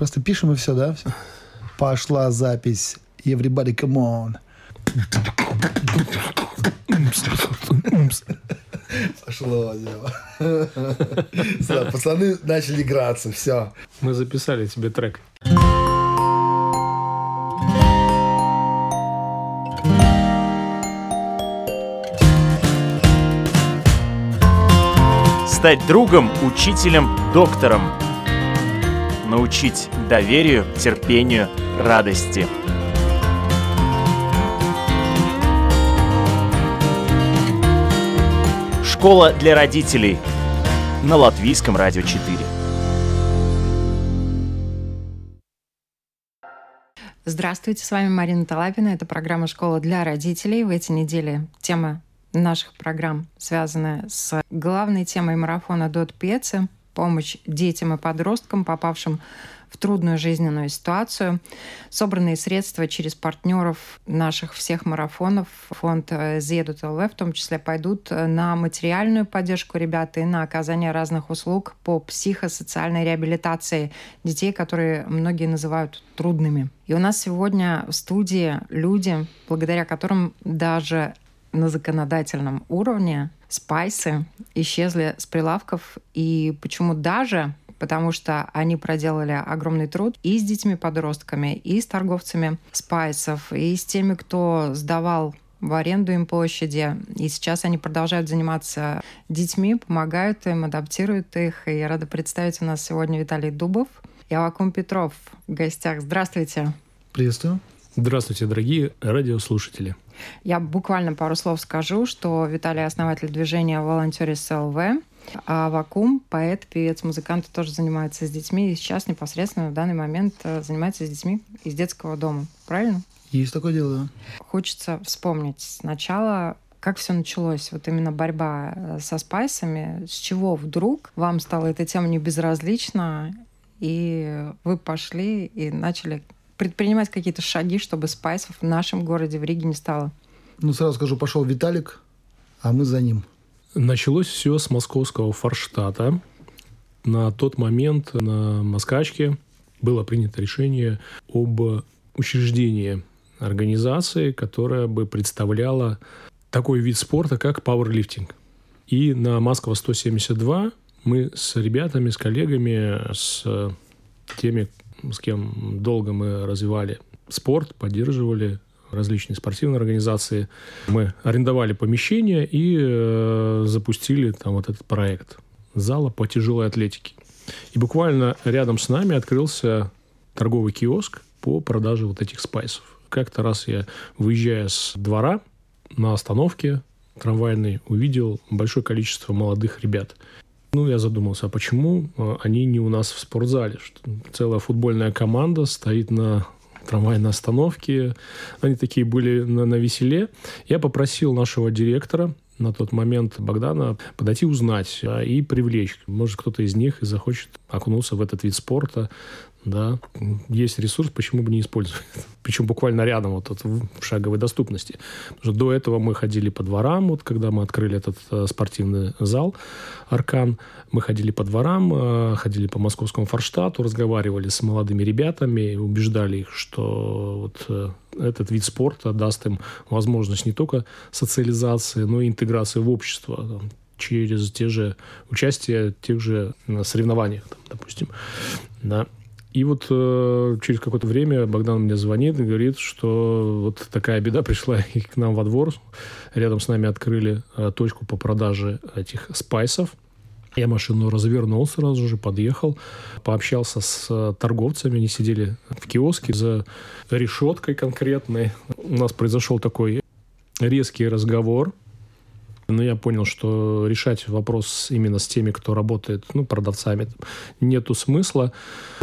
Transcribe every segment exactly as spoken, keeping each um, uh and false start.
Просто пишем и все, да? Все. Пошла запись. Everybody come on. Пошло дело. Все, пацаны начали играться, все. Мы записали тебе трек. Стать другом, учителем, доктором. Научить доверию, терпению, радости. Школа для родителей на Латвийском радио четыре. Здравствуйте, с вами Марина Талапина. Это программа «Школа для родителей». В эти недели тема наших программ связана с главной темой марафона «Дот Пьеце» — помощь детям и подросткам, попавшим в трудную жизненную ситуацию. Собранные средства через партнеров наших всех марафонов, фонд Зедут.ЛВ в том числе, пойдут на материальную поддержку ребят и на оказание разных услуг по психосоциальной реабилитации детей, которые многие называют трудными. И у нас сегодня в студии люди, благодаря которым даже на законодательном уровне спайсы исчезли с прилавков. И почему даже? Потому что они проделали огромный труд и с детьми-подростками, и с торговцами спайсов, и с теми, кто сдавал в аренду им площади. И сейчас они продолжают заниматься детьми, помогают им, адаптируют их. И я рада представить у нас сегодня Виталий Дубов и Аввакум Петров в гостях. Здравствуйте. Приветствую. Здравствуйте, дорогие радиослушатели. Я буквально пару слов скажу, что Виталий — основатель движения Волонтерис.ЛВ, а Аввакум — поэт, певец, музыкант, тоже занимается с детьми и сейчас непосредственно в данный момент занимается с детьми из детского дома. Правильно? Есть такое дело, да. Хочется вспомнить сначала, как все началось, вот именно борьба со спайсами, с чего вдруг вам стала эта тема не безразлична, и вы пошли и начали предпринимать какие-то шаги, чтобы спайсов в нашем городе, в Риге, не стало? Ну, сразу скажу, пошел Виталик, а мы за ним. Началось все с московского Форштата. На тот момент на Москачке было принято решение об учреждении организации, которая бы представляла такой вид спорта, как пауэрлифтинг. И на Москва сто семьдесят два мы с ребятами, с коллегами, с теми, с кем долго мы развивали спорт, поддерживали различные спортивные организации. Мы арендовали помещение и э, запустили там вот этот проект зала по тяжелой атлетике. И буквально рядом с нами открылся торговый киоск по продаже вот этих спайсов. Как-то раз я, выезжая с двора на остановке трамвайной, увидел большое количество молодых ребят. Ну, я задумался, а почему они не у нас в спортзале? Что целая футбольная команда стоит на трамвайной остановке. Они такие были на, на веселе. Я попросил нашего директора на тот момент, Богдана, подойти узнать а, и привлечь. Может, кто-то из них и захочет окунуться в этот вид спорта. Да, есть ресурс, почему бы не использовать? Причем буквально рядом, вот, вот в шаговой доступности. Потому что до этого мы ходили по дворам, вот когда мы открыли этот э, спортивный зал «Аркан», мы ходили по дворам, э, ходили по московскому Форштату, разговаривали с молодыми ребятами, убеждали их, что вот, э, этот вид спорта даст им возможность не только социализации, но и интеграции в общество, там, через те же участие в тех же соревнованиях, там, допустим, да. И вот э, через какое-то время Богдан мне звонит и говорит, что вот такая беда пришла и к нам во двор. Рядом с нами открыли э, точку по продаже этих спайсов. Я машину развернул сразу же, подъехал, пообщался с э, торговцами. Они сидели в киоске за решеткой конкретной. У нас произошел такой резкий разговор. Но я понял, что решать вопрос именно с теми, кто работает, ну, продавцами, нету смысла.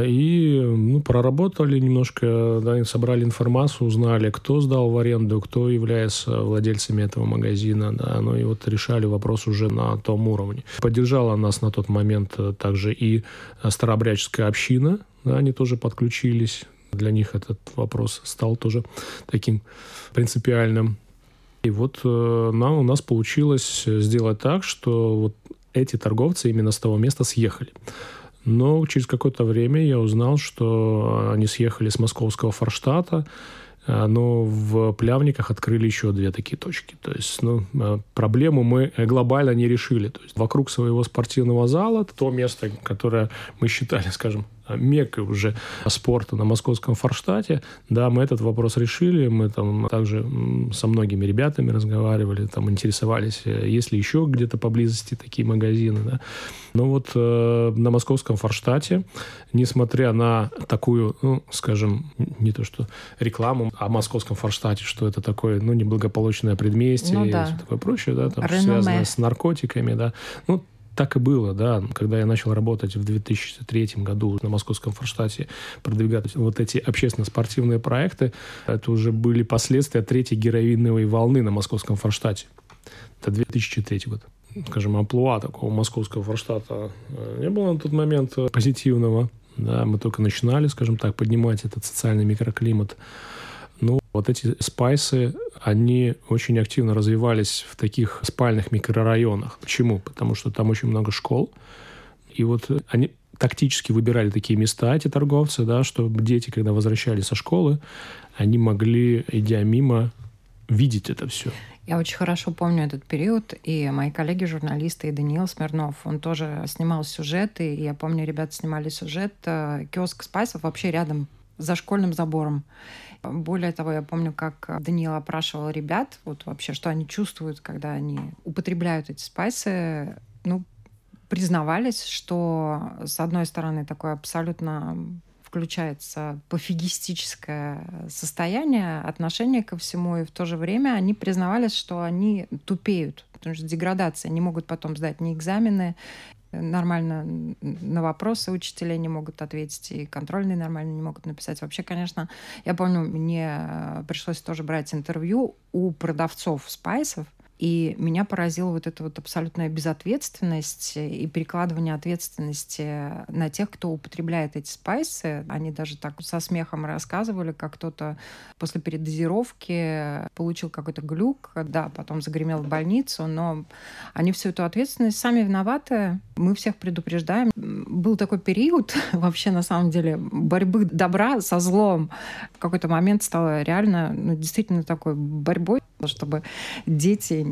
И ну, проработали немножко, да, собрали информацию, узнали, кто сдал в аренду, кто является владельцами этого магазина. Да, ну и вот решали вопрос уже на том уровне. Поддержала нас на тот момент также и старообрядческая община. Да, они тоже подключились. Для них этот вопрос стал тоже таким принципиальным. И вот э, нам, у нас получилось сделать так, что вот эти торговцы именно с того места съехали. Но через какое-то время я узнал, что они съехали с московского Форштата, но в Плявниках открыли еще две такие точки. То есть, ну, проблему мы глобально не решили. То есть, вокруг своего спортивного зала, то место, которое мы считали, скажем, меккой уже спорта на московском Форштате, да, мы этот вопрос решили. Мы там также со многими ребятами разговаривали, там интересовались, есть ли еще где-то поблизости такие магазины, да. Но вот э, на московском Форштате, несмотря на такую, ну, скажем, не то что рекламу о московском Форштате, что это такое, ну, неблагополучное предместье, ну, да, и все такое прочее, да, там, связанное с наркотиками, да, ну, так и было, да. Когда я начал работать в две тысячи третьем году на московском Форштате, продвигать вот эти общественно-спортивные проекты, это уже были последствия третьей героиновой волны на московском Форштате. Это две тысячи третий год. Скажем, амплуа такого московского Форштата не было на тот момент позитивного. Да, мы только начинали, скажем так, поднимать этот социальный микроклимат. Ну, вот эти спайсы, они очень активно развивались в таких спальных микрорайонах. Почему? Потому что там очень много школ. И вот они тактически выбирали такие места, эти торговцы, да, чтобы дети, когда возвращались со школы, они могли, идя мимо, видеть это все. Я очень хорошо помню этот период, и мои коллеги-журналисты, и Даниил Смирнов, он тоже снимал сюжеты, и я помню, ребята снимали сюжет, киоск спайсов вообще рядом, за школьным забором. Более того, я помню, как Даниил опрашивал ребят, вот вообще, что они чувствуют, когда они употребляют эти спайсы. Ну, признавались, что, с одной стороны, такое абсолютно включается пофигистическое состояние, отношение ко всему, и в то же время они признавались, что они тупеют, потому что деградация, не могут потом сдать ни экзамены, нормально на вопросы учителя не могут ответить, и контрольные нормально не могут написать. Вообще, конечно, я помню, мне пришлось тоже брать интервью у продавцов спайсов, и меня поразила вот эта вот абсолютная безответственность и перекладывание ответственности на тех, кто употребляет эти спайсы. Они даже так со смехом рассказывали, как кто-то после передозировки получил какой-то глюк, да, потом загремел в больницу, но они всю эту ответственность сами виноваты. Мы всех предупреждаем. Был такой период, вообще, на самом деле, борьбы добра со злом. В какой-то момент стало реально, ну, действительно такой борьбой, чтобы дети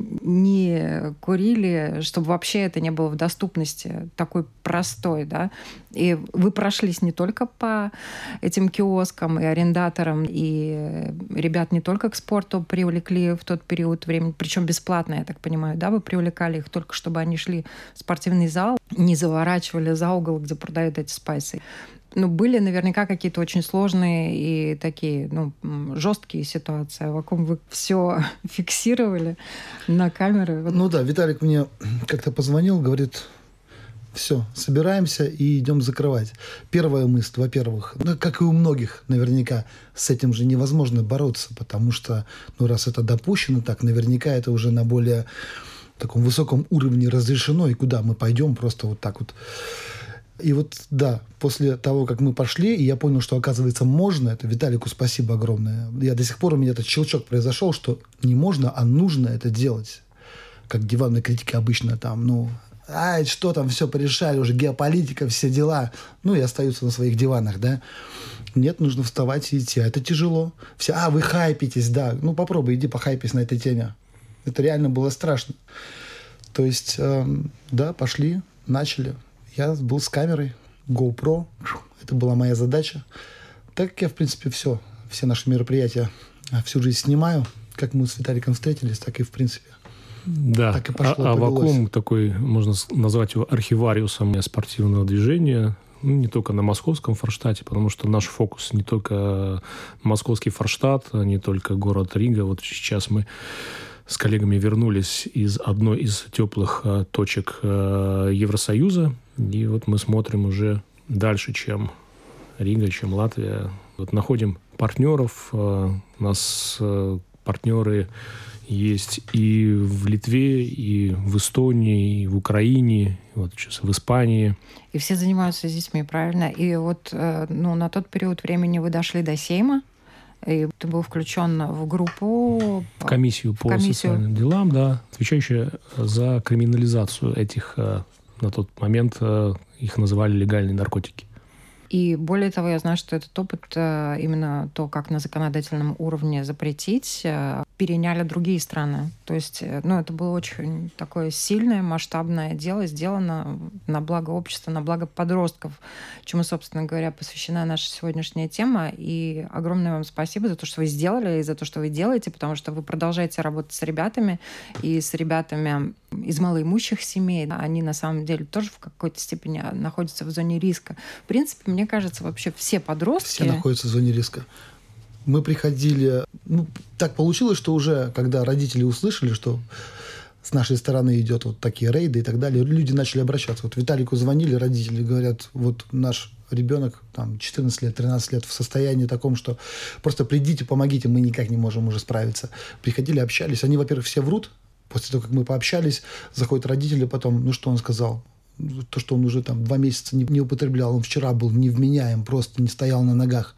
не курили, чтобы вообще это не было в доступности такой простой, да. И вы прошлись не только по этим киоскам и арендаторам, и ребят не только к спорту привлекли в тот период времени, причем бесплатно, я так понимаю, да, вы привлекали их только, чтобы они шли в спортивный зал, не заворачивали за угол, где продают эти спайсы. Ну, были наверняка какие-то очень сложные и такие, ну, жесткие ситуации, вокруг вы все фиксировали на камеры. Ну да, Виталик мне как-то позвонил, говорит, все, собираемся и идем закрывать. Первая мысль, во-первых, ну, как и у многих наверняка, с этим же невозможно бороться, потому что, ну, раз это допущено так, наверняка это уже на более таком высоком уровне разрешено, и куда мы пойдем просто вот так вот. И вот, да, после того, как мы пошли, и я понял, что, оказывается, можно, это Виталику спасибо огромное. Я до сих пор, у меня этот щелчок произошел, что не можно, а нужно это делать. Как диванная критика обычно там, ну, ай, что там, все порешали, уже геополитика, все дела. Ну, и остаются на своих диванах, да. Нет, нужно вставать и идти. А это тяжело. Все, а, вы хайпитесь, да. Ну, попробуй, иди похайпись на этой теме. Это реально было страшно. То есть, эм, да, пошли, начали. Я был с камерой, GoPro. Это была моя задача. Так как я, в принципе, все, все наши мероприятия всю жизнь снимаю, как мы с Виталиком встретились, так и, в принципе, да. так и пошло. А, а вакуум такой, можно назвать его архивариусом спортивного движения, ну, не только на московском Форштате, потому что наш фокус не только московский Форштат, не только город Рига. Вот сейчас мы с коллегами вернулись из одной из теплых э, точек э, Евросоюза. И вот мы смотрим уже дальше, чем Рига, чем Латвия. Вот находим партнеров. Э, у нас э, партнеры есть и в Литве, и в Эстонии, и в Украине, и вот сейчас в Испании. И все занимаются с детьми, правильно? И вот э, ну, на тот период времени вы дошли до Сейма, и ты был включен в группу... В комиссию по комиссию. социальным делам, да, отвечающая за криминализацию этих на тот момент их называли легальные наркотики. И более того, я знаю, что этот опыт, именно то, как на законодательном уровне запретить, переняли другие страны. То есть, ну, это было очень такое сильное, масштабное дело, сделано на благо общества, на благо подростков, чему, собственно говоря, посвящена наша сегодняшняя тема. И огромное вам спасибо за то, что вы сделали, и за то, что вы делаете, потому что вы продолжаете работать с ребятами, и с ребятами из малоимущих семей. Они, на самом деле, тоже в какой-то степени находятся в зоне риска. В принципе, мне кажется, вообще все подростки... Все находятся в зоне риска. Мы приходили... Ну, так получилось, что уже, когда родители услышали, что с нашей стороны идет вот такие рейды и так далее, люди начали обращаться. Вот Виталику звонили родители, говорят, вот наш ребенок, там, четырнадцать лет, тринадцать лет, в состоянии таком, что просто придите, помогите, мы никак не можем уже справиться. Приходили, общались. Они, во-первых, все врут. После того, как мы пообщались, заходят родители потом, ну, что он сказал? То, что он уже там два месяца не, не употреблял, он вчера был невменяем, просто не стоял на ногах.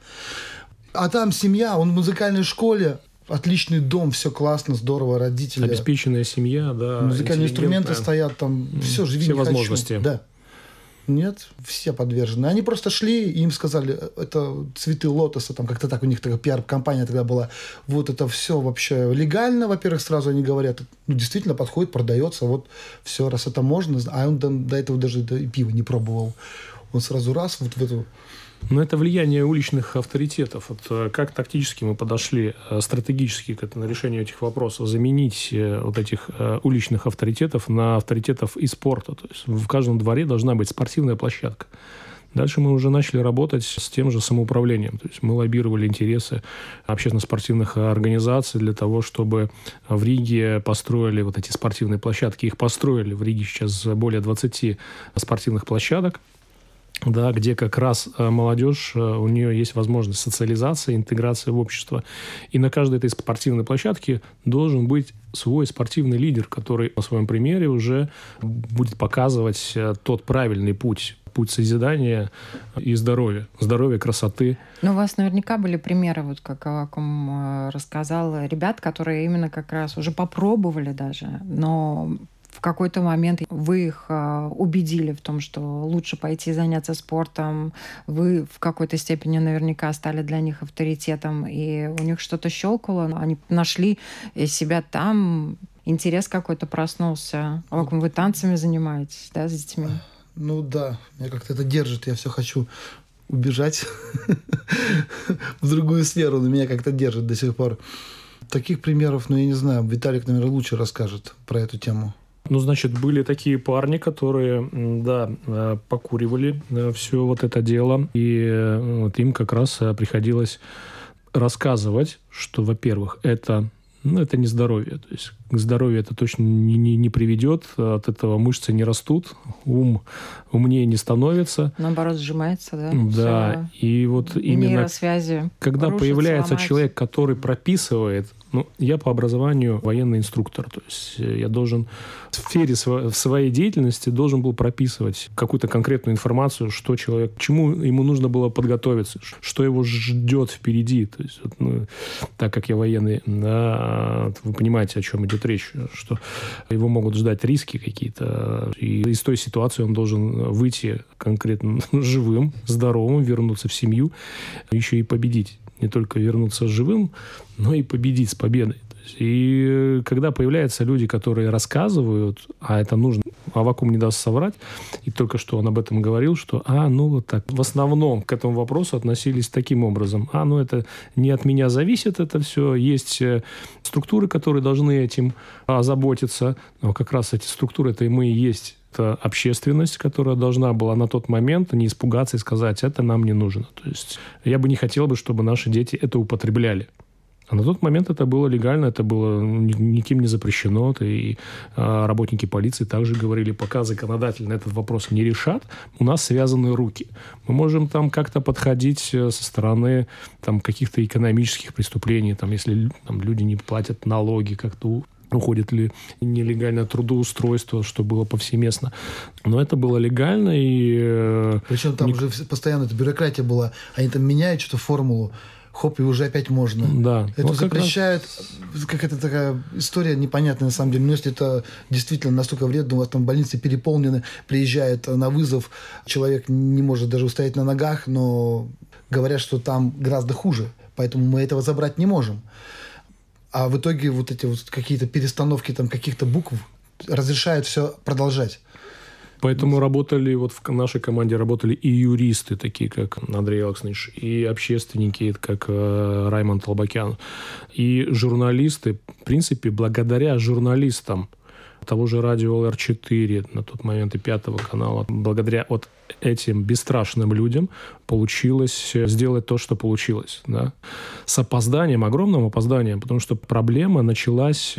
А там семья, он в музыкальной школе, отличный дом, все классно, здорово, родители. Обеспеченная семья, да. Музыкальные инструменты стоят там, все, живи, все не возможности. Хочу. Да. Нет, все подвержены. Они просто шли, и им сказали, это цветы лотоса, там как-то так у них такая пиар-компания тогда была. Вот это все вообще легально, во-первых, сразу они говорят, ну, действительно подходит, продается, вот все, раз это можно. А он до, до этого даже до пива не пробовал. Он сразу раз вот в эту... Но это влияние уличных авторитетов. Вот как тактически мы подошли стратегически к этому решению этих вопросов, заменить вот этих уличных авторитетов на авторитетов из спорта. То есть в каждом дворе должна быть спортивная площадка. Дальше мы уже начали работать с тем же самоуправлением. То есть мы лоббировали интересы общественно-спортивных организаций для того, чтобы в Риге построили вот эти спортивные площадки. Их построили в Риге сейчас более двадцати спортивных площадок. Да, где как раз молодежь, у нее есть возможность социализации, интеграции в общество. И на каждой этой спортивной площадке должен быть свой спортивный лидер, который на своем примере уже будет показывать тот правильный путь, путь созидания и здоровья, здоровья, красоты. Но у вас наверняка были примеры, вот как Авакум рассказал, ребят, которые именно как раз уже попробовали даже, но... В какой-то момент вы их убедили в том, что лучше пойти заняться спортом. Вы в какой-то степени наверняка стали для них авторитетом, и у них что-то щелкало. Они нашли себя там, интерес какой-то проснулся. А как вы танцами занимаетесь, да, с детьми? Ну да, меня как-то это держит. Я все хочу убежать в другую сферу, но меня как-то держит до сих пор. Таких примеров, ну я не знаю, Виталик, наверное, лучше расскажет про эту тему. Ну, значит, были такие парни, которые, да, покуривали все вот это дело, и вот им как раз приходилось рассказывать, что, во-первых, это, ну, это не здоровье, то есть к здоровью это точно не, не, не приведет, от этого мышцы не растут, ум умнее не становится. Наоборот, сжимается, да? Да, все и вот именно нейросвязи когда рушатся, появляется ломаются. Человек, который прописывает. Ну, я по образованию военный инструктор, то есть я должен в сфере в своей деятельности должен был прописывать какую-то конкретную информацию, что человек, к чему ему нужно было подготовиться, что его ждет впереди. То есть, вот, ну, так как я военный, да, вы понимаете, о чем идет речь, что его могут ждать риски какие-то, и из той ситуации он должен выйти конкретно живым, здоровым, вернуться в семью, еще и победить. Не только вернуться живым, но и победить с победой. И когда появляются люди, которые рассказывают, а это нужно, Авакум не даст соврать, и только что он об этом говорил, что, а, ну вот так, в основном к этому вопросу относились таким образом. А, ну это не от меня зависит это все, есть структуры, которые должны этим озаботиться, но как раз эти структуры, это и мы и есть. Это общественность, которая должна была на тот момент не испугаться и сказать, это нам не нужно. То есть я бы не хотел, бы, чтобы наши дети это употребляли. А на тот момент это было легально, это было никем не запрещено. И а, работники полиции также говорили, пока законодательно этот вопрос не решат, у нас связаны руки. Мы можем там как-то подходить со стороны там, каких-то экономических преступлений, там, если там, люди не платят налоги, как-то уходит ли нелегальное трудоустройство, что было повсеместно. Но это было легально. И... Причем там ник... уже постоянно эта бюрократия была. Они там меняют что-то формулу. хоп, и уже опять можно. Да. Это вот запрещает, раз... как это такая история непонятная на самом деле. Но если это действительно настолько вредно, у вас там больницы переполнены, приезжает на вызов, человек не может даже устоять на ногах, но говорят, что там гораздо хуже, поэтому мы этого забрать не можем. А в итоге вот эти вот какие-то перестановки там каких-то букв разрешают все продолжать. Поэтому работали, вот в нашей команде работали и юристы, такие как Андрей Александрович, и общественники, как э, Раймонд Лобакян, и журналисты. В принципе, благодаря журналистам того же радио эл эр четыре, на тот момент и Пятого канала, благодаря вот этим бесстрашным людям получилось сделать то, что получилось. Да? С опозданием, огромным опозданием, потому что проблема началась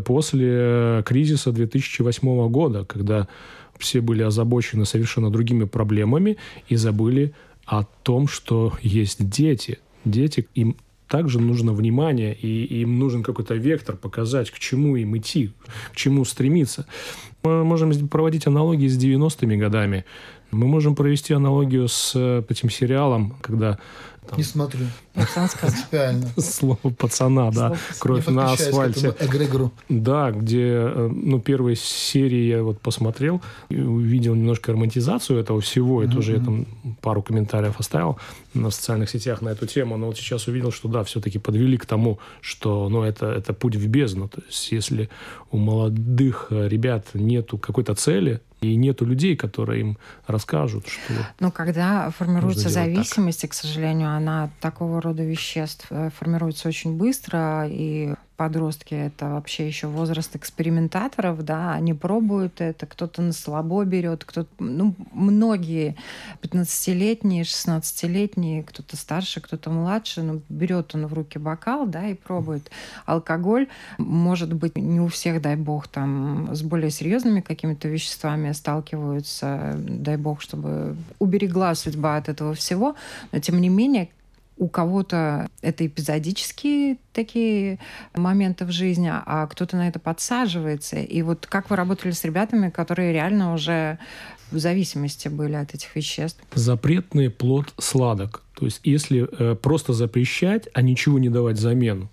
после кризиса две тысячи восьмого года, когда все были озабочены совершенно другими проблемами и забыли о том, что есть дети. Дети, им также нужно внимание, и им нужен какой-то вектор показать, к чему им идти, к чему стремиться. Мы можем проводить аналогии с девяностыми годами. Мы можем провести аналогию с этим сериалом, когда... Там, не смотрю. Принципиально. Слово пацана, да. Кровь на асфальте. Эгрегору. Да, где, ну, первые серии я вот посмотрел, и увидел немножко романтизацию этого всего, и mm-hmm. тоже я там пару комментариев оставил на социальных сетях на эту тему, но вот сейчас увидел, что да, все-таки подвели к тому, что, ну, это, это путь в бездну. То есть, если у молодых ребят нету какой-то цели, и нету людей, которые им расскажут, что... Ну, когда формируется зависимость, и, к сожалению, она такого рода веществ формируется очень быстро, и подростки — это вообще еще возраст экспериментаторов, да, они пробуют это, кто-то на слабо берет, кто-то, ну, многие пятнадцатилетние, шестнадцатилетние, кто-то старше, кто-то младше, ну, берет он в руки бокал, да, и пробует. Алкоголь, может быть, не у всех, дай бог, там, с более серьезными какими-то веществами сталкиваются, дай бог, чтобы уберегла судьба от этого всего, но, тем не менее, у кого-то это эпизодические такие моменты в жизни, а кто-то на это подсаживается. И вот как вы работали с ребятами, которые реально уже в зависимости были от этих веществ? Запретный плод сладок. То есть если э, просто запрещать, а ничего не давать взамен,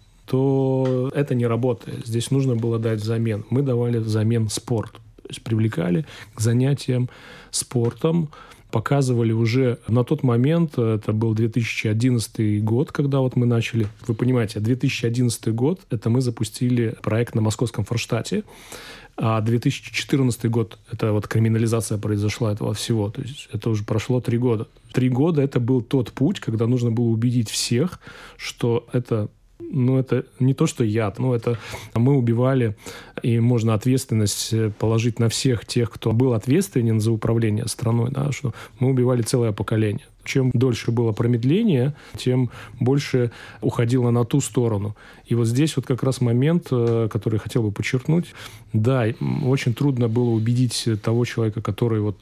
то это не работает. Здесь нужно было дать взамен. Мы давали взамен спорт. То есть привлекали к занятиям спортом, показывали уже на тот момент, это был две тысячи одиннадцатый год, когда вот мы начали. Вы понимаете, две тысячи одиннадцатый год, это мы запустили проект на московском Форштадте, а две тысячи четырнадцатый год, это вот криминализация произошла этого всего, то есть это уже прошло три года. Три года это был тот путь, когда нужно было убедить всех, что это... Ну, это не то, что яд, ну, это мы убивали, и можно ответственность положить на всех тех, кто был ответственен за управление страной, да, что мы убивали целое поколение. Чем дольше было промедление, тем больше уходило на ту сторону. И вот здесь вот как раз момент, который я хотел бы подчеркнуть. Да, очень трудно было убедить того человека, который вот...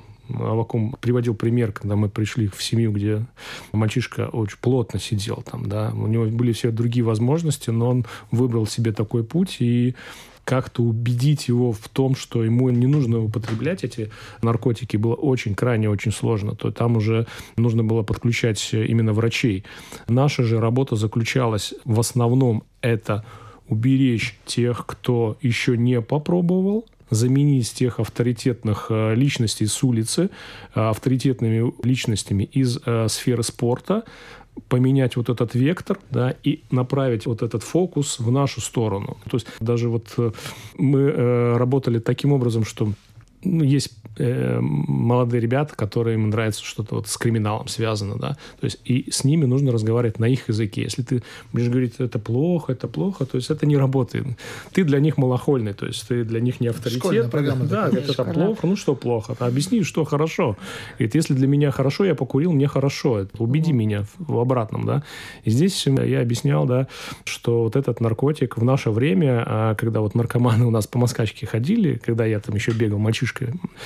Авакум приводил пример, когда мы пришли в семью, где мальчишка очень плотно сидел там, да, у него были все другие возможности, но он выбрал себе такой путь, и как-то убедить его в том, что ему не нужно употреблять эти наркотики, было очень, крайне очень сложно. То там уже нужно было подключать именно врачей. Наша же работа заключалась в основном это уберечь тех, кто еще не попробовал, заменить тех авторитетных э, личностей с улицы э, авторитетными личностями из э, сферы спорта, поменять вот этот вектор, да, и направить вот этот фокус в нашу сторону. То есть даже вот э, мы э, работали таким образом, что ну, есть э, молодые ребята, которым нравится что-то вот с криминалом связано, да, то есть и с ними нужно разговаривать на их языке. Если ты будешь говорить, это плохо, это плохо, то есть это не работает. Ты для них малохольный, то есть ты для них не авторитет. Школьная программа. Да, это Школьная. Плохо, ну что плохо? Объясни, что хорошо. Говорит, если для меня хорошо, я покурил, мне хорошо. Убеди mm-hmm. меня в обратном, да. И здесь я объяснял, да, что вот этот наркотик в наше время, когда вот наркоманы у нас по Москачке ходили, когда я там еще бегал мальчишкой,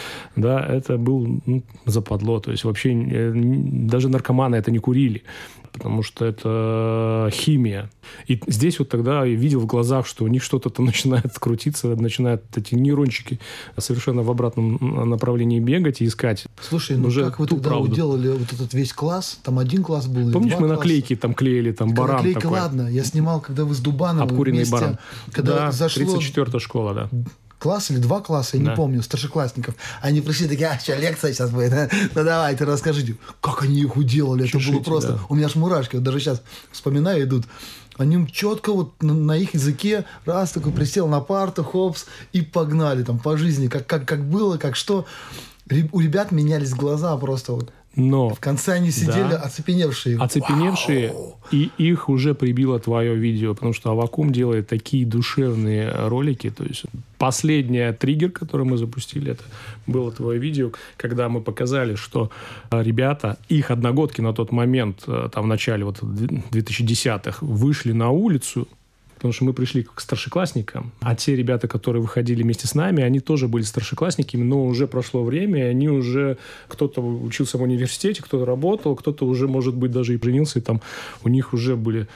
да, это был ну, западло. То есть вообще даже наркоманы это не курили. потому что это химия. И здесь вот тогда я видел в глазах, что у них что-то начинает крутиться, начинают эти нейрончики совершенно в обратном направлении бегать и искать. Слушай, ну уже как вы тогда правду. уделали вот этот весь класс? Там один класс был? Помнишь, мы класса? наклейки там клеили, там Так, баран наклейки, такой. ладно, я снимал, когда вы с Дубановым Обкуренный вместе, баран. когда Да, зашло тридцать четвёртая школа, да. класс или два класса, я Да. не помню, старшеклассников. Они пришли такие, а, что, лекция сейчас будет? Ну, давайте, расскажите. Как они их уделали? Это Чешите, было просто... да. У меня аж мурашки, вот даже сейчас вспоминаю, идут. Они четко вот на, на их языке раз такой присел на парту, хопс, и погнали там по жизни, как, как, как было, как что. Ре- У ребят менялись глаза просто вот. Но В конце они сидели Да. оцепеневшие. оцепеневшие, Вау! и их уже прибило твое видео, потому что Аввакум делает такие душевные ролики. То есть последний триггер, который мы запустили, это было твое видео, когда мы показали, что ребята, их одногодки на тот момент, там в начале вот двухтысячных, вышли на улицу, потому что мы пришли к старшеклассникам, а те ребята, которые выходили вместе с нами, они тоже были старшеклассниками, но уже прошло время, и они уже... Кто-то учился в университете, кто-то работал, кто-то уже, может быть, даже и женился, и там у них уже были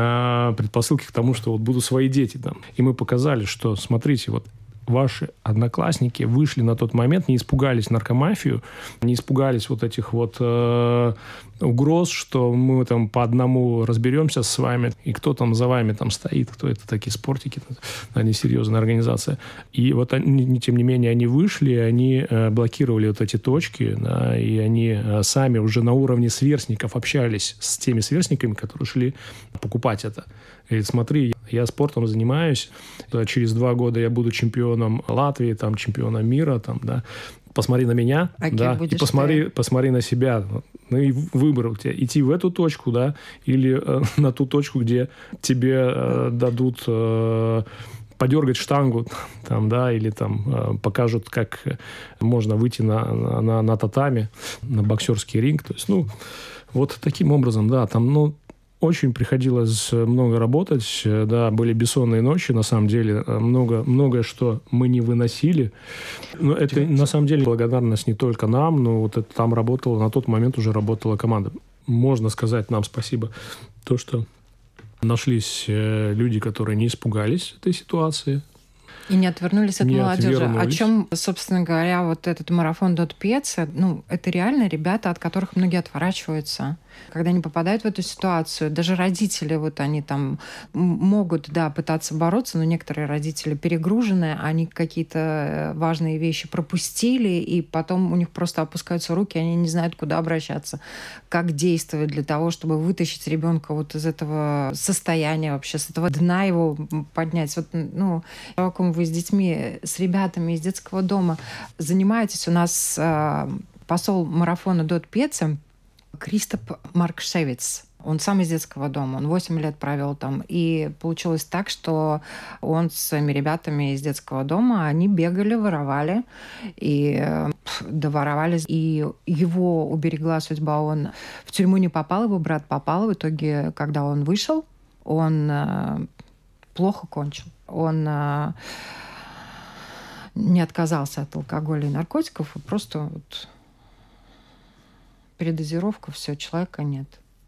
э, предпосылки к тому, что вот будут свои дети там. И мы показали, что, смотрите, вот ваши одноклассники вышли на тот момент, не испугались наркомафию, не испугались вот этих вот э, угроз, что мы там по одному разберемся с вами, и кто там за вами там стоит, кто это такие спортики, они серьезная организация. И вот они, тем не менее, они вышли, они э, блокировали вот эти точки, да, и они э, сами уже на уровне сверстников общались с теми сверстниками, которые шли покупать это. Говорит, смотри, я спортом занимаюсь, через два года я буду чемпионом Латвии, там, чемпионом мира, там, да. Посмотри на меня, а да, и посмотри, ты? посмотри на себя. Ну и выбор у тебя, идти в эту точку, да, или э, на ту точку, где тебе э, дадут... Э, подергать штангу, там, да, или там э, покажут, как можно выйти на, на, на татами, на боксерский ринг. То есть, ну, вот таким образом, да, там, ну, очень приходилось много работать, да, были бессонные ночи, на самом деле, много, многое, что мы не выносили. Но это, на самом деле, благодарность не только нам, но вот это там работала, на тот момент уже работала команда. Можно сказать нам спасибо, то, что нашлись люди, которые не испугались этой ситуации. И не отвернулись от не молодежи. отвернулись. О чем, собственно говоря, вот этот марафон Дот Пьеца, ну, это реально ребята, от которых многие отворачиваются. Когда они попадают в эту ситуацию, даже родители, вот они там могут, да, пытаться бороться, но некоторые родители перегружены, они какие-то важные вещи пропустили, и потом у них просто опускаются руки, они не знают, куда обращаться, как действовать для того, чтобы вытащить ребенка вот из этого состояния вообще, с этого дна его поднять. Вот, ну, вы с детьми, с ребятами из детского дома занимаетесь. У нас э, посол марафона Дот Пьеца Кристоп Маркшевиц. Он сам из детского дома, он восемь лет провел там. И получилось так, что он с своими ребятами из детского дома, они бегали, воровали, и э, доворовались. И его уберегла судьба. Он в тюрьму не попал, его брат попал. В итоге, когда он вышел, он э, плохо кончил. Он э, не отказался от алкоголя и наркотиков, и просто вот передозировка, все, человека нет.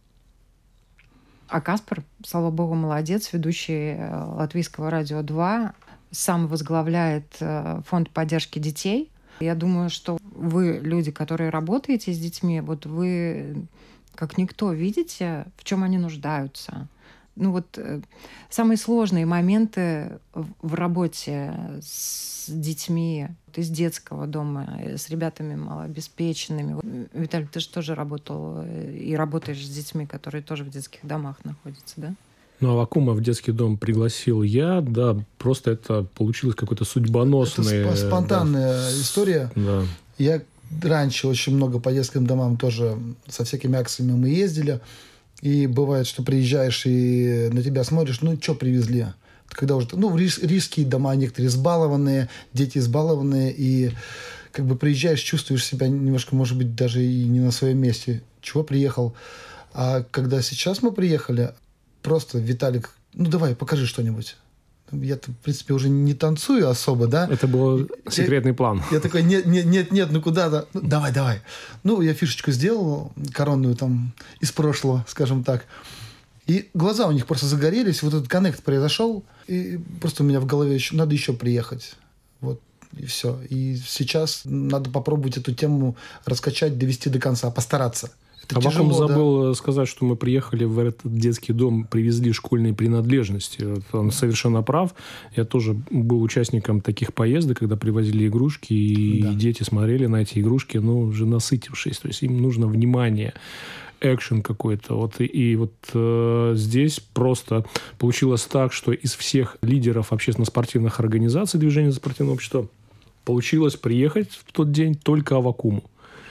А Каспар, слава богу, молодец, ведущий Латвийского радио два, сам возглавляет фонд поддержки детей. Я думаю, что вы, люди, которые работаете с детьми, вот вы, как никто, видите, в чем они нуждаются. Ну вот э, самые сложные моменты в, в работе с детьми из детского дома, с ребятами малообеспеченными. Виталий, ты же тоже работал и работаешь с детьми, которые тоже в детских домах находятся, да? Ну, Аввакума в детский дом пригласил я, да, просто это получилось какой-то судьбоносный... Это спонтанная да. история. Да. Я раньше очень много по детским домам тоже со всякими акциями мы ездили. И бывает, что приезжаешь и на тебя смотришь, ну, что привезли? Когда уже, ну, рис, рижские дома, некоторые избалованные, дети избалованные, и как бы приезжаешь, чувствуешь себя немножко, может быть, даже и не на своем месте. Чего приехал? А когда сейчас мы приехали, просто Виталик, ну, давай, покажи что-нибудь. Я-то, в принципе, уже не танцую особо, да. Это был секретный я, план. Я такой, нет, нет, нет, нет, ну куда-то. Ну, давай, давай. Ну, я фишечку сделал, коронную там из прошлого, скажем так. И глаза у них просто загорелись, вот этот коннект произошел, и просто у меня в голове еще, надо еще приехать. Вот, и все. И сейчас надо попробовать эту тему раскачать, довести до конца, постараться. Это а тяжело, Авакум забыл да? сказать, что мы приехали в этот детский дом, привезли школьные принадлежности. Вот он совершенно прав. Я тоже был участником таких поездок, когда привозили игрушки, и да. дети смотрели на эти игрушки, ну, уже насытившись. То есть им нужно внимание, экшен какой-то. Вот, и, и вот э, здесь просто получилось так, что из всех лидеров общественно-спортивных организаций движения за спортивное общество получилось приехать в тот день только Авакуму.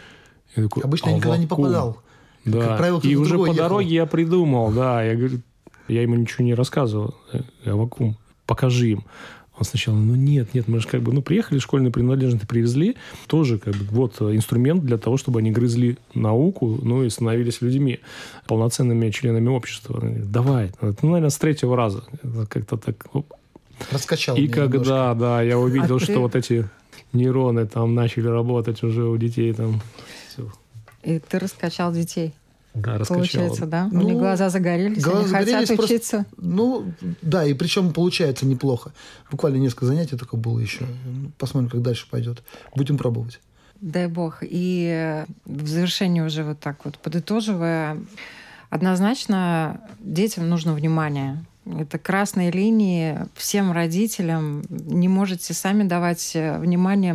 Я такой, обычно я никогда не попадал. Да. Как правило, и уже по ехал. дороге я придумал, да, я говорю, я ему ничего не рассказывал. Авакум, покажи им. Он сначала, ну нет, нет, мы же как бы, ну приехали, школьные принадлежности привезли, тоже как бы вот инструмент для того, чтобы они грызли науку, ну и становились людьми, полноценными членами общества. Давай, ну, наверное, с третьего раза. Как-то так. Раскачал. И когда, немножко. да, я увидел, а что ты... вот эти нейроны там начали работать уже у детей там. Все. И ты раскачал детей. Да, раскачал. Получается, да? Ну, у них глаза загорелись, глаза они загорелись, хотят учиться. Просто, ну, да, и причем получается неплохо. Буквально несколько занятий только было еще. Посмотрим, как дальше пойдет. Будем пробовать. Дай бог. И в завершении уже вот так вот подытоживая, однозначно детям нужно внимание. Это красные линии всем родителям. Не можете сами давать внимание,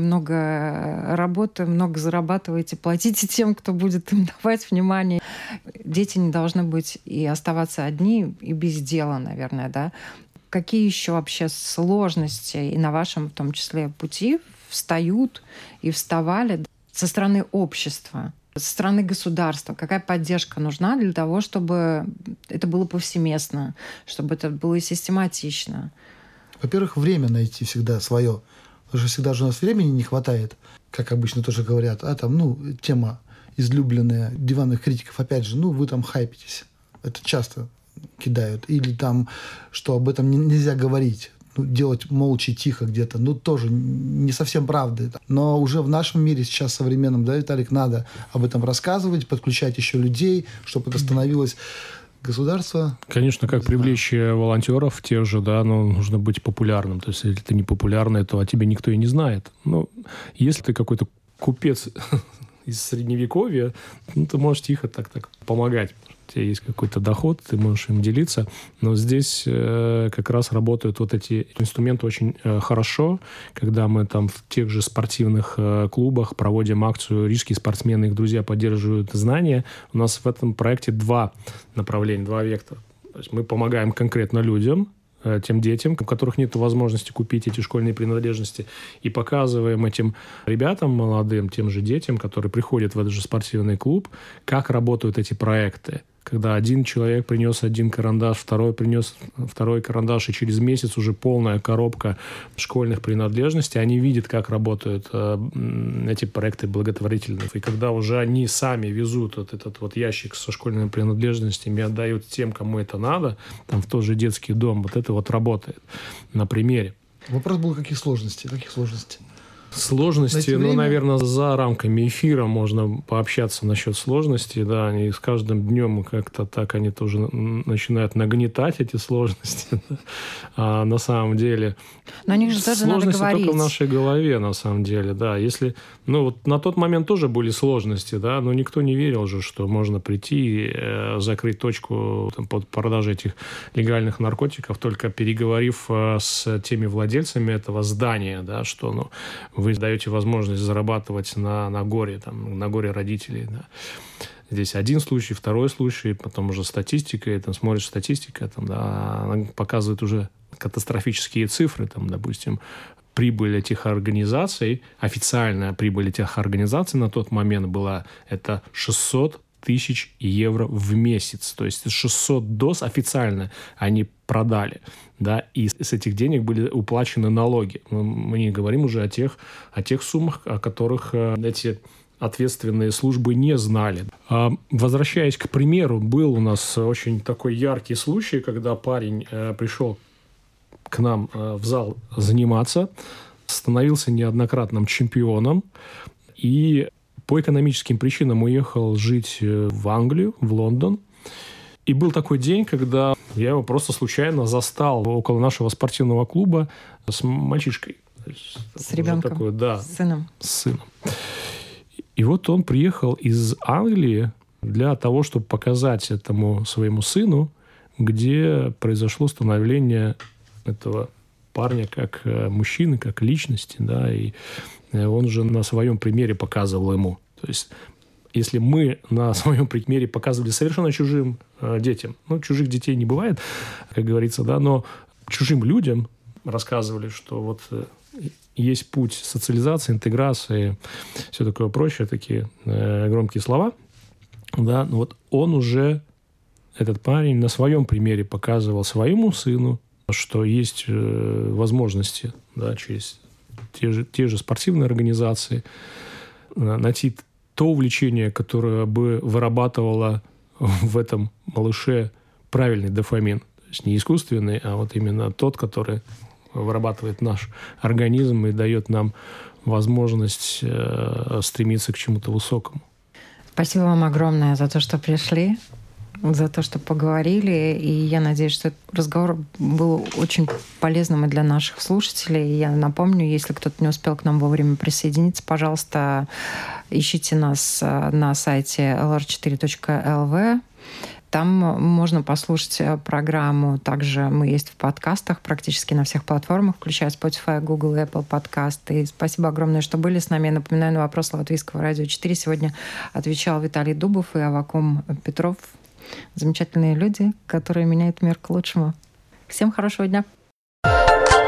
много работы, много зарабатываете, платите тем, кто будет им давать внимание. Дети не должны быть и оставаться одни, и без дела, наверное, да. Какие еще вообще сложности и на вашем, в том числе, пути встают и вставали со стороны общества? Со стороны государства, какая поддержка нужна для того, чтобы это было повсеместно, чтобы это было систематично? Во-первых, время найти всегда свое. Потому что всегда же у нас времени не хватает, как обычно тоже говорят. А там, ну, тема излюбленная диванных критиков, опять же, ну, вы там хайпитесь. Это часто кидают. Или там, что об этом нельзя говорить. Ну, делать молча, тихо где-то, ну, тоже не совсем правда. Но уже в нашем мире сейчас современном, да, Виталик, надо об этом рассказывать, подключать еще людей, чтобы это становилось государство. Конечно, как привлечь волонтеров тех же, да, но нужно быть популярным. То есть, если ты не популярный, то о тебе никто и не знает. Ну, если ты какой-то купец из Средневековья, ну, ты можешь тихо так-так помогать. У тебя есть какой-то доход, ты можешь им делиться. Но здесь э, как раз работают вот эти инструменты очень э, хорошо, когда мы там в тех же спортивных э, клубах проводим акцию «Рижские спортсмены и их друзья поддерживают знания». У нас в этом проекте два направления, два вектора. То есть мы помогаем конкретно людям, тем детям, у которых нет возможности купить эти школьные принадлежности, и показываем этим ребятам молодым, тем же детям, которые приходят в этот же спортивный клуб, как работают эти проекты. Когда один человек принес один карандаш, второй принес второй карандаш, и через месяц уже полная коробка школьных принадлежностей, они видят, как работают э, эти проекты благотворительные. И когда уже они сами везут вот этот вот ящик со школьными принадлежностями и отдают тем, кому это надо, там в тот же детский дом, вот это вот работает на примере. Вопрос был, какие сложности? Какие сложности? Сложности, ну, время... наверное, за рамками эфира можно пообщаться насчет сложностей, да, они с каждым днем как-то так они тоже начинают нагнетать эти сложности, а на самом деле но о них же тоже сложности надо только в нашей голове, на самом деле, да, если, ну, вот на тот момент тоже были сложности, да, но никто не верил же, что можно прийти и э, закрыть точку там, под продажей этих легальных наркотиков, только переговорив э, с теми владельцами этого здания, да, что, ну, вы даете возможность зарабатывать на, на горе, там, на горе родителей. Да. Здесь один случай, второй случай, потом уже статистика, и там смотришь статистика, там, да, она показывает уже катастрофические цифры, там, допустим, прибыль этих организаций, официальная прибыль этих организаций на тот момент была это шестьсот тысяч евро в месяц. То есть шестьсот доз официально они продали. Да, и с этих денег были уплачены налоги. Мы не говорим уже о тех, о тех суммах, о которых эти ответственные службы не знали. А, возвращаясь к примеру, был у нас очень такой яркий случай, когда парень э, пришел к нам в зал заниматься, становился неоднократным чемпионом и по экономическим причинам уехал жить в Англию, в Лондон. И был такой день, когда я его просто случайно застал около нашего спортивного клуба с мальчишкой. С ребенком, такой, да, с сыном. С сыном. И вот он приехал из Англии для того, чтобы показать этому своему сыну, где произошло становление этого парня как мужчины, как личности, да, и он же на своем примере показывал ему. То есть, если мы на своем примере показывали совершенно чужим э, детям, ну, чужих детей не бывает, как говорится, да, но чужим людям рассказывали, что вот э, есть путь социализации, интеграции, все такое прочее, такие э, громкие слова, да, но вот он уже, этот парень, на своем примере показывал своему сыну, что есть э, возможности, да, через те же, те же спортивные организации э, найти то увлечение, которое бы вырабатывало в этом малыше правильный дофамин. То есть не искусственный, а вот именно тот, который вырабатывает наш организм и дает нам возможность э, стремиться к чему-то высокому. Спасибо вам огромное за то, что пришли, за то, что поговорили. И я надеюсь, что этот разговор был очень полезным и для наших слушателей. Я напомню, если кто-то не успел к нам вовремя присоединиться, пожалуйста, ищите нас на сайте эл эр четыре точка эл ви. Там можно послушать программу. Также мы есть в подкастах практически на всех платформах, включая Spotify, Google и Apple Podcast. И спасибо огромное, что были с нами. Я напоминаю, на вопрос Латвийского радио четыре сегодня отвечал Виталий Дубов и Аввакум Петров. Замечательные люди, которые меняют мир к лучшему. Всем хорошего дня.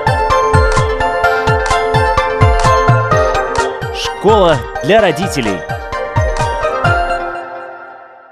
Школа для родителей.